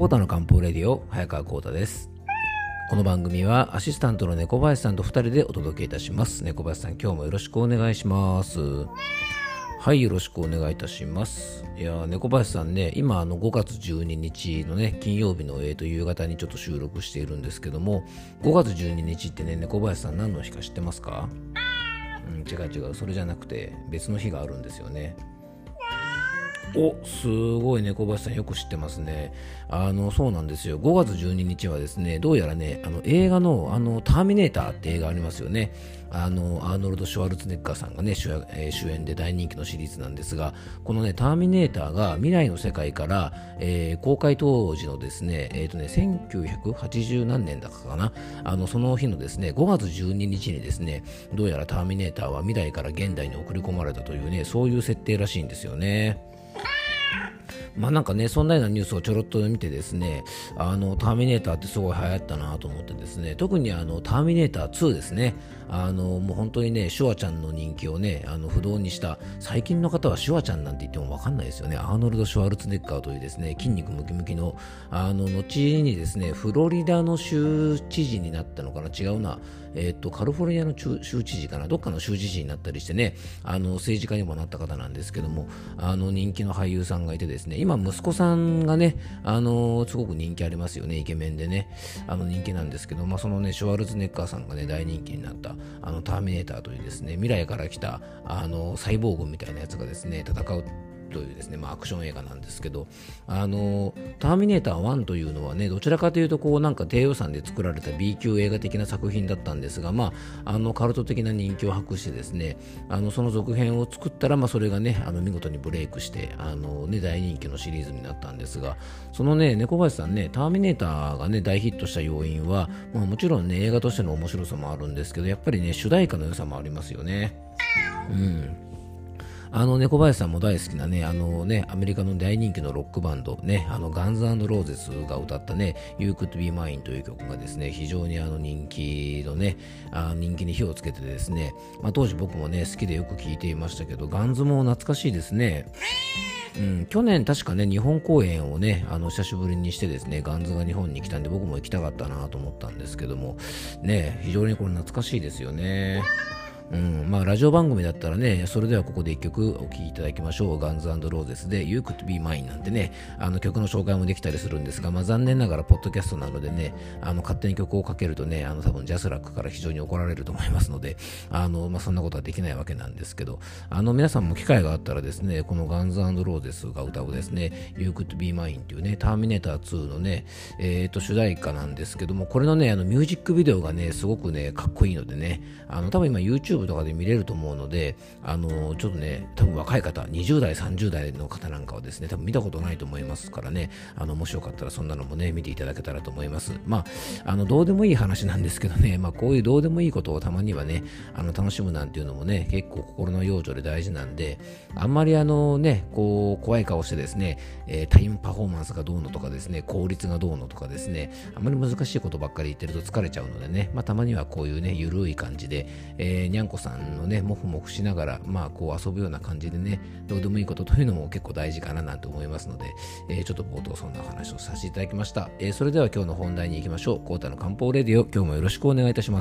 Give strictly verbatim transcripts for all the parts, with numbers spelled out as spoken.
コータの漢方レディオ、早川コータです。この番組はアシスタントの猫林さんとふたりでお届けいたします。猫林さん、今日もよろしくお願いします。はい、よろしくお願いいたします。いや、猫林さんね、今あのごがつじゅうににちのね、金曜日の、えー、と夕方にちょっと収録しているんですけども、ごがつじゅうににちってね、猫林さん何の日か知ってますか？うん、違う違う、それじゃなくて別の日があるんですよね。お、すごい猫林さんよく知ってますね。あの、そうなんですよ。ごがつじゅうににちはですね、どうやらね、あの映画のあのターミネーターって映画ありますよね。あの、アーノルド・シュワルツェネッガーさんがね、主演、えー主演で大人気のシリーズなんですが、このね、ターミネーターが未来の世界から、えー公開当時のですね、えっとね、せんきゅうひゃくはちじゅう何年だかかな、あの、その日のですね、ごがつじゅうににちにですね、どうやらターミネーターは未来から現代に送り込まれたというね、そういう設定らしいんですよね。まあなんかね、そんなようなニュースをちょろっと見てですね、あのターミネーターってすごい流行ったなと思ってですね、特にあのターミネーターツーですね、あのもう本当にね、シュワちゃんの人気をね、あの不動にした。最近の方はシュワちゃんなんて言っても分かんないですよね。アーノルド・シュワルツェネッガーというですね、筋肉ムキムキの、あの後にですね、フロリダの州知事になったのかな、違うな、えっとカリフォルニアの州州知事かな、どっかの州知事になったりしてね、あの政治家にもなった方なんですけども、あの人気の俳優さんがいてですね、今息子さんがね、あのすごく人気ありますよね。イケメンでね、あの人気なんですけど、まあ、そのね、シュワルツェネッガーさんがね、大人気になったあのターミネーターというですね、未来から来たあのサイボーグみたいなやつがですね、戦うというですね、まあ、アクション映画なんですけど、あのターミネーターワンというのはね、どちらかというとこうなんか低予算で作られた B 級映画的な作品だったんですが、まあ、あのカルト的な人気を博してですね、あのその続編を作ったら、まあ、それがね、あの見事にブレイクしてあの、ね、大人気のシリーズになったんですが、そのね、猫林さんね、ターミネーターがね大ヒットした要因は、まあ、もちろんね、映画としての面白さもあるんですけど、やっぱりね、主題歌の良さもありますよね。うん。あの猫林さんも大好きなね、あのね、アメリカの大人気のロックバンド、ね、あのガンズ&ローゼスが歌ったね、You Could Be Mine という曲がですね、非常にあの人気のね、あ人気に火をつけてですね、まあ、当時僕もね、好きでよく聴いていましたけど、ガンズも懐かしいですね。うん、去年確かね、日本公演をね、あの久しぶりにしてですね、ガンズが日本に来たんで、僕も行きたかったなと思ったんですけども、ね、非常にこれ懐かしいですよね。うん、まあラジオ番組だったらね、それではここで一曲お聴きいただきましょう。ガンズ&ローゼスで You Could Be Mine なんてね、あの曲の紹介もできたりするんですが、まあ残念ながらポッドキャストなのでね、あの勝手に曲をかけるとね、あの多分ジャスラックから非常に怒られると思いますので、あのまあそんなことはできないわけなんですけど、あの皆さんも機会があったらですね、このガンズ&ローゼスが歌うですね、You Could Be Mine っていうね、ターミネーターツーのね、えーと主題歌なんですけども、これのね、あのミュージックビデオがね、すごくね、かっこいいのでね、あの多分今 YouTubeとかで見れると思うので、あのちょっとね、多分若い方、にじゅうだいさんじゅうだいの方なんかはですね、多分見たことないと思いますからね、あのもしよかったらそんなのもね、見ていただけたらと思います。まあ、あのどうでもいい話なんですけどね、まあ、こういうどうでもいいことをたまにはね、あの楽しむなんていうのもね、結構心の養生で大事なんで、あんまりあのね、こう怖い顔してですね、えータイムパフォーマンスがどうのとかですね、効率がどうのとかですね、あんまり難しいことばっかり言ってると疲れちゃうのでね、まあ、たまにはこういうね、ゆるい感じで、えー、にゃんこさんのね、もふもふしながら、まあこう遊ぶような感じでね、どうでもいいことというのも結構大事かななんて思いますので、えーちょっと冒頭そんなお話をさせていただきました。えーそれでは今日の本題に行きましょう。コータの漢方レディオ、今日もよろしくお願いいたします。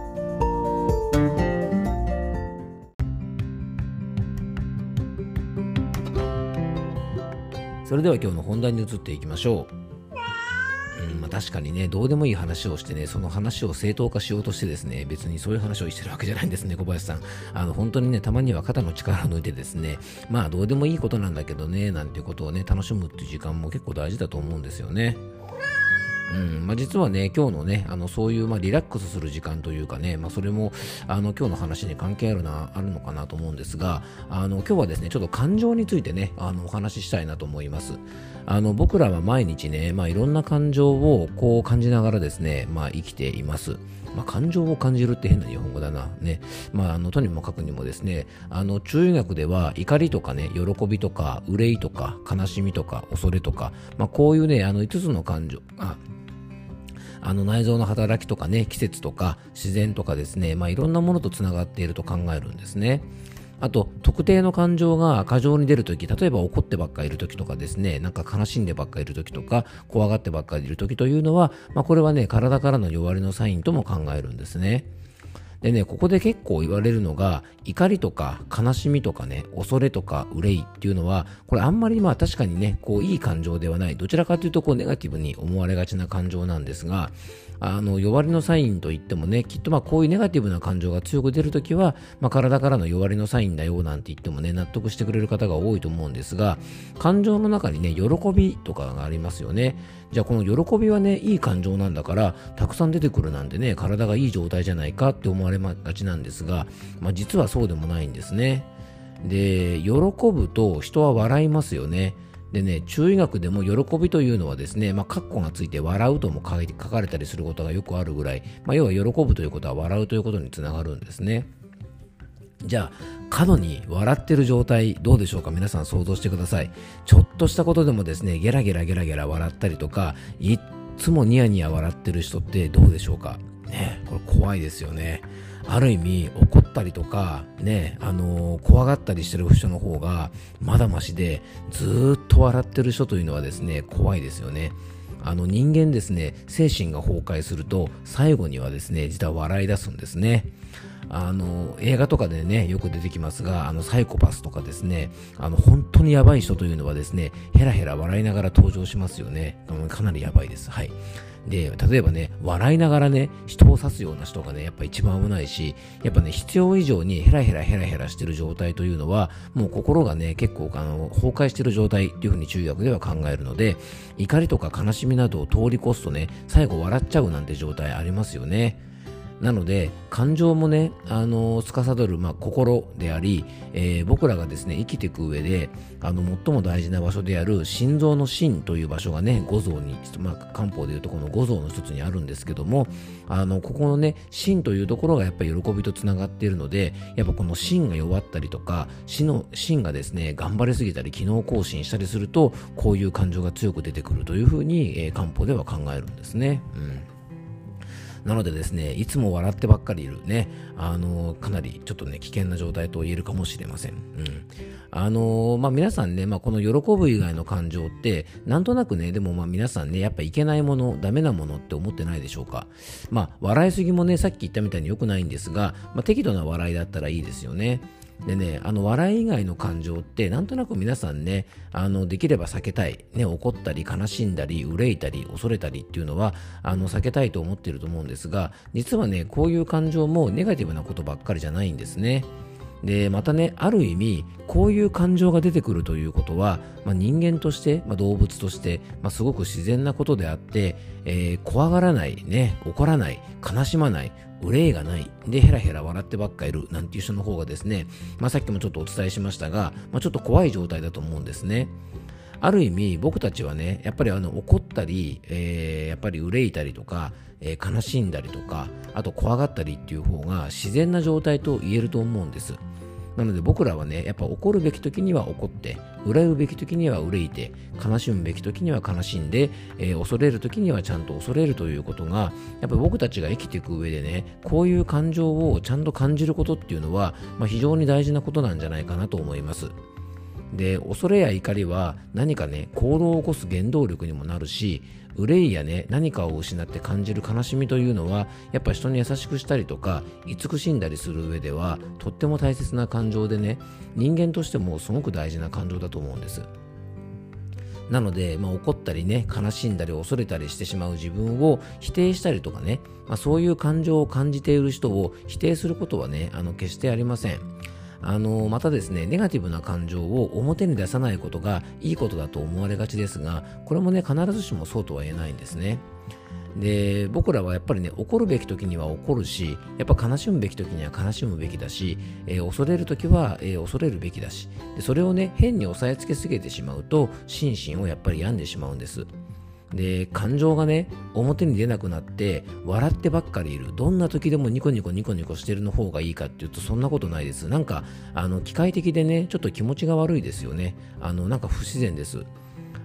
それでは今日の本題に移っていきましょう。うんまあ、確かにね、どうでもいい話をしてね、その話を正当化しようとしてですね、別にそういう話をしてるわけじゃないんですね、小林さん。あの本当にね、たまには肩の力を抜いてですね、まあどうでもいいことなんだけどね、なんていうことをね、楽しむっていう時間も結構大事だと思うんですよね。うんまあ、実はね、今日のね、あのそういう、まあ、リラックスする時間というかね、まあ、それもあの今日の話に関係あるなあるのかなと思うんですが、あの今日はですね、ちょっと感情についてね、あのお話ししたいなと思います。あの僕らは毎日ね、まあ、いろんな感情をこう感じながらですね、まあ、生きています。まあ、感情を感じるって変な日本語だな。ね。まあ、あの、とにもかくにもですね、あの、中医学では怒りとかね、喜びとか、憂いとか、悲しみとか、恐れとか、まあ、こういうね、あの、いつつの感情、あ、あの内臓の働きとかね、季節とか自然とかですね、まあ、いろんなものとつながっていると考えるんですね。 あと特定の感情が過剰に出るとき、例えば怒ってばっかりいるときとかですね、なんか悲しんでばっかりいるときとか怖がってばっかりいるときというのは、まあ、これはね体からの弱りのサインとも考えるんですね。でね、ここで結構言われるのが、怒りとか悲しみとかね、恐れとか憂いっていうのは、これあんまりまあ確かにね、こういい感情ではない、どちらかというとこうネガティブに思われがちな感情なんですが、あの弱りのサインといってもね、きっとまあこういうネガティブな感情が強く出るときは、まあ、体からの弱りのサインだよなんて言ってもね、納得してくれる方が多いと思うんですが、感情の中にね、喜びとかがありますよね。じゃあこの喜びはね、いい感情なんだからたくさん出てくるなんてね、体がいい状態じゃないかって思われがちなんですが、まあ、実はそうでもないんですね。で、喜ぶと人は笑いますよね。でね、中医学でも喜びというのはですね、まあ、カッコがついて笑うとも書かれたりすることがよくあるぐらい、まあ、要は喜ぶということは笑うということにつながるんですね。じゃあ過度に笑ってる状態どうでしょうか。皆さん想像してください。ちょっとしたことでもですね、ゲラゲラゲラゲラ笑ったりとか、いっつもニヤニヤ笑ってる人ってどうでしょうかね。これ怖いですよね。ある意味怒ったりとかね、あのー、怖がったりしてる人の方がまだマシで、ずーっと笑ってる人というのはですね、怖いですよね。あの人間ですね、精神が崩壊すると最後にはですね、実は笑い出すんですね。あの映画とかでねよく出てきますが、あのサイコパスとかですね、あの本当にやばい人というのはですね、ヘラヘラ笑いながら登場しますよね。かなりやばいです。はい。で、例えばね、笑いながらね、人を刺すような人がね、やっぱ一番危ないし、やっぱね、必要以上にヘラヘラヘラヘラしてる状態というのは、もう心がね、結構あの崩壊してる状態というふうに中医学では考えるので、怒りとか悲しみなどを通り越すとね、最後笑っちゃうなんて状態ありますよね。なので感情もね、あの司る、まあ、心であり、えー、僕らがですね生きていく上であの最も大事な場所である心臓の心という場所がね、五臓に、まあ、漢方でいうとこの五臓の一つにあるんですけども、あのここのね心というところがやっぱり喜びとつながっているので、やっぱこの心が弱ったりとか、心の心がですね頑張りすぎたり機能更新したりすると、こういう感情が強く出てくるというふうに、えー、漢方では考えるんですね。うんなのでですね、いつも笑ってばっかりいるね、あのかなりちょっとね危険な状態と言えるかもしれません。うん、あのまあ皆さんね、まあ、この喜ぶ以外の感情ってなんとなくね、でもまあ皆さんねやっぱいけないもの、ダメなものって思ってないでしょうか。まあ笑いすぎもね、さっき言ったみたいに良くないんですが、まあ、適度な笑いだったらいいですよね。でね、あの笑い以外の感情ってなんとなく皆さんね、あのできれば避けたい、ね、怒ったり悲しんだり憂いたり恐れたりっていうのはあの避けたいと思っていると思うんですが、実はねこういう感情もネガティブなことばっかりじゃないんですね。でまたね、ある意味こういう感情が出てくるということは、まあ、人間として、まあ、動物として、まあ、すごく自然なことであって、えー、怖がらない、ね、怒らない、悲しまない、憂いがないでヘラヘラ笑ってばっかいるなんていう人の方がですね、まあ、さっきもちょっとお伝えしましたが、まあ、ちょっと怖い状態だと思うんですね。ある意味僕たちはね、やっぱりあの怒ったり、えー、やっぱり憂いたりとか、えー、悲しんだりとか、あと怖がったりっていう方が自然な状態と言えると思うんです。なので僕らはね、やっぱ怒るべき時には怒って、憂うべき時には憂いて、悲しむべき時には悲しんで、えー、恐れる時にはちゃんと恐れるということが、やっぱ僕たちが生きていく上でね、こういう感情をちゃんと感じることっていうのは、まあ、非常に大事なことなんじゃないかなと思います。で、恐れや怒りは何かね、行動を起こす原動力にもなるし、憂いやね、何かを失って感じる悲しみというのは、やっぱ人に優しくしたりとか慈しんだりする上ではとっても大切な感情でね、人間としてもすごく大事な感情だと思うんです。なので、まあ、怒ったりね、悲しんだり恐れたりしてしまう自分を否定したりとかね、まあ、そういう感情を感じている人を否定することはね、あの決してありません。あのまたですね、ネガティブな感情を表に出さないことがいいことだと思われがちですが、これもね必ずしもそうとは言えないんですね。で、僕らはやっぱりね、怒るべき時には怒るし、やっぱ悲しむべき時には悲しむべきだし、えー、恐れる時は、えー、恐れるべきだし、でそれをね変に押さえつけすぎてしまうと心身をやっぱり病んでしまうんです。で、感情がね表に出なくなって笑ってばっかりいる、どんな時でもニコニコニコニコしてるの方がいいかっていうと、そんなことないです。なんかあの機械的でね、ちょっと気持ちが悪いですよね。あのなんか不自然です。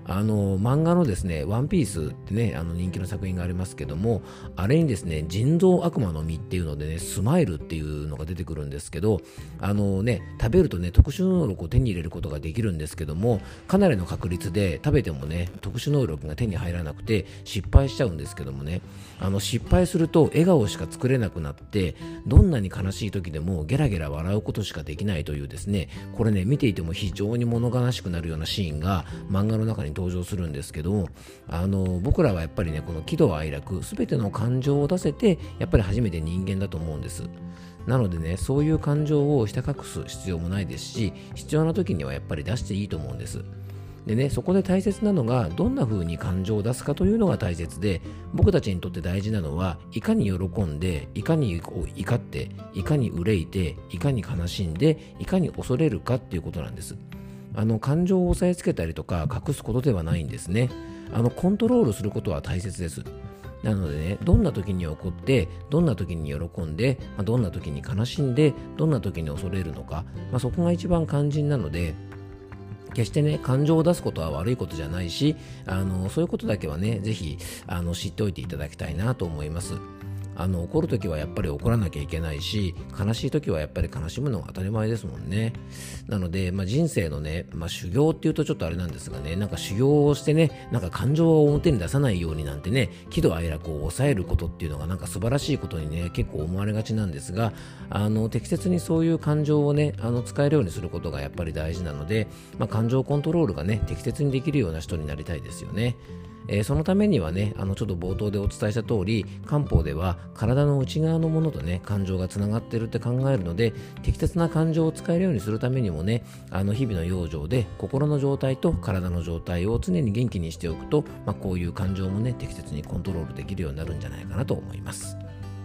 あの漫画のですねワンピースってね、あの人気の作品がありますけども、あれにですね人造悪魔の実っていうのでね、スマイルっていうのが出てくるんですけど、あのね食べるとね特殊能力を手に入れることができるんですけども、かなりの確率で食べてもね特殊能力が手に入らなくて失敗しちゃうんですけどもね、あの失敗すると笑顔しか作れなくなって、どんなに悲しい時でもゲラゲラ笑うことしかできないというですね、これね見ていても非常に物悲しくなるようなシーンが漫画の中に登場するんですけど、あの僕らはやっぱりねこの喜怒哀楽全ての感情を出せてやっぱり初めて人間だと思うんです。なのでね、そういう感情をひた隠す必要もないですし、必要な時にはやっぱり出していいと思うんです。でね、そこで大切なのがどんな風に感情を出すかというのが大切で、僕たちにとって大事なのはいかに喜んで、いかに怒って、いかに憂いて、いかに悲しんで、いかに恐れるかっていうことなんです。あの感情を押さえつけたりとか隠すことではないんですね。あのコントロールすることは大切です。なのでね、どんな時に怒って、どんな時に喜んで、まあ、どんな時に悲しんで、どんな時に恐れるのか、まあ、そこが一番肝心なので、決してね感情を出すことは悪いことじゃないし、あのそういうことだけはねぜひあの知っておいていただきたいなと思います。あの怒るときはやっぱり怒らなきゃいけないし、悲しいときはやっぱり悲しむのが当たり前ですもんね。なので、まあ、人生のね、まあ、修行っていうとちょっとあれなんですがね、なんか修行をしてね、なんか感情を表に出さないようになんてね、喜怒哀楽を抑えることっていうのがなんか素晴らしいことにね結構思われがちなんですが、あの適切にそういう感情をねあの使えるようにすることがやっぱり大事なので、まあ、感情コントロールがね適切にできるような人になりたいですよね。えー、そのためにはね、あのちょっと冒頭でお伝えした通り、漢方では体の内側のものとね感情がつながっているって考えるので、適切な感情を使えるようにするためにもね、あの日々の養生で心の状態と体の状態を常に元気にしておくと、まあ、こういう感情もね適切にコントロールできるようになるんじゃないかなと思います。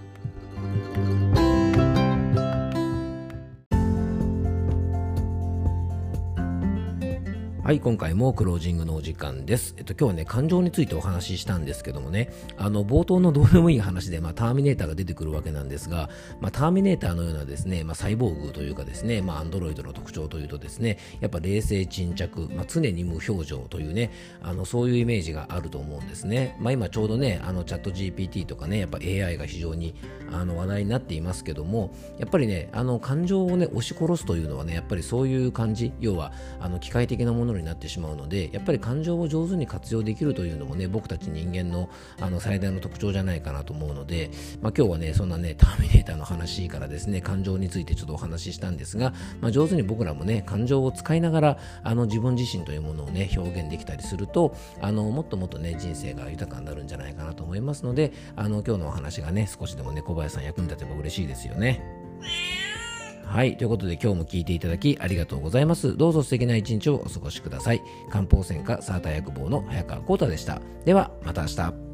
はい、今回もクロージングのお時間です。えっと、今日はね、感情についてお話ししたんですけどもね、あの、冒頭のどうでもいい話で、まあ、ターミネーターが出てくるわけなんですが、まあ、ターミネーターのようなですね、まあ、サイボーグというかですね、まあ、アンドロイドの特徴というとですね、やっぱ冷静沈着、まあ、常に無表情というね、あの、そういうイメージがあると思うんですね。まあ、今ちょうどね、あの、チャット ジーピーティー とかね、やっぱ エーアイ が非常に、あの、話題になっていますけども、やっぱりね、あの、感情をね、押し殺すというのはね、やっぱりそういう感じ、要は、あの、機械的なものになってしまうので、やっぱり感情を上手に活用できるというのもね、僕たち人間の、あの最大の特徴じゃないかなと思うので、まあ、今日はねそんなねターミネーターの話からですね、感情についてちょっとお話ししたんですが、まあ、上手に僕らもね感情を使いながらあの自分自身というものをね表現できたりすると、あのもっともっとね人生が豊かになるんじゃないかなと思いますので、あの今日のお話がね少しでもね小林さん役に立てば嬉しいですよね。はい、ということで今日も聞いていただきありがとうございます。どうぞ素敵な一日をお過ごしください。漢方専科サーター薬房の早川浩太でした。ではまた明日。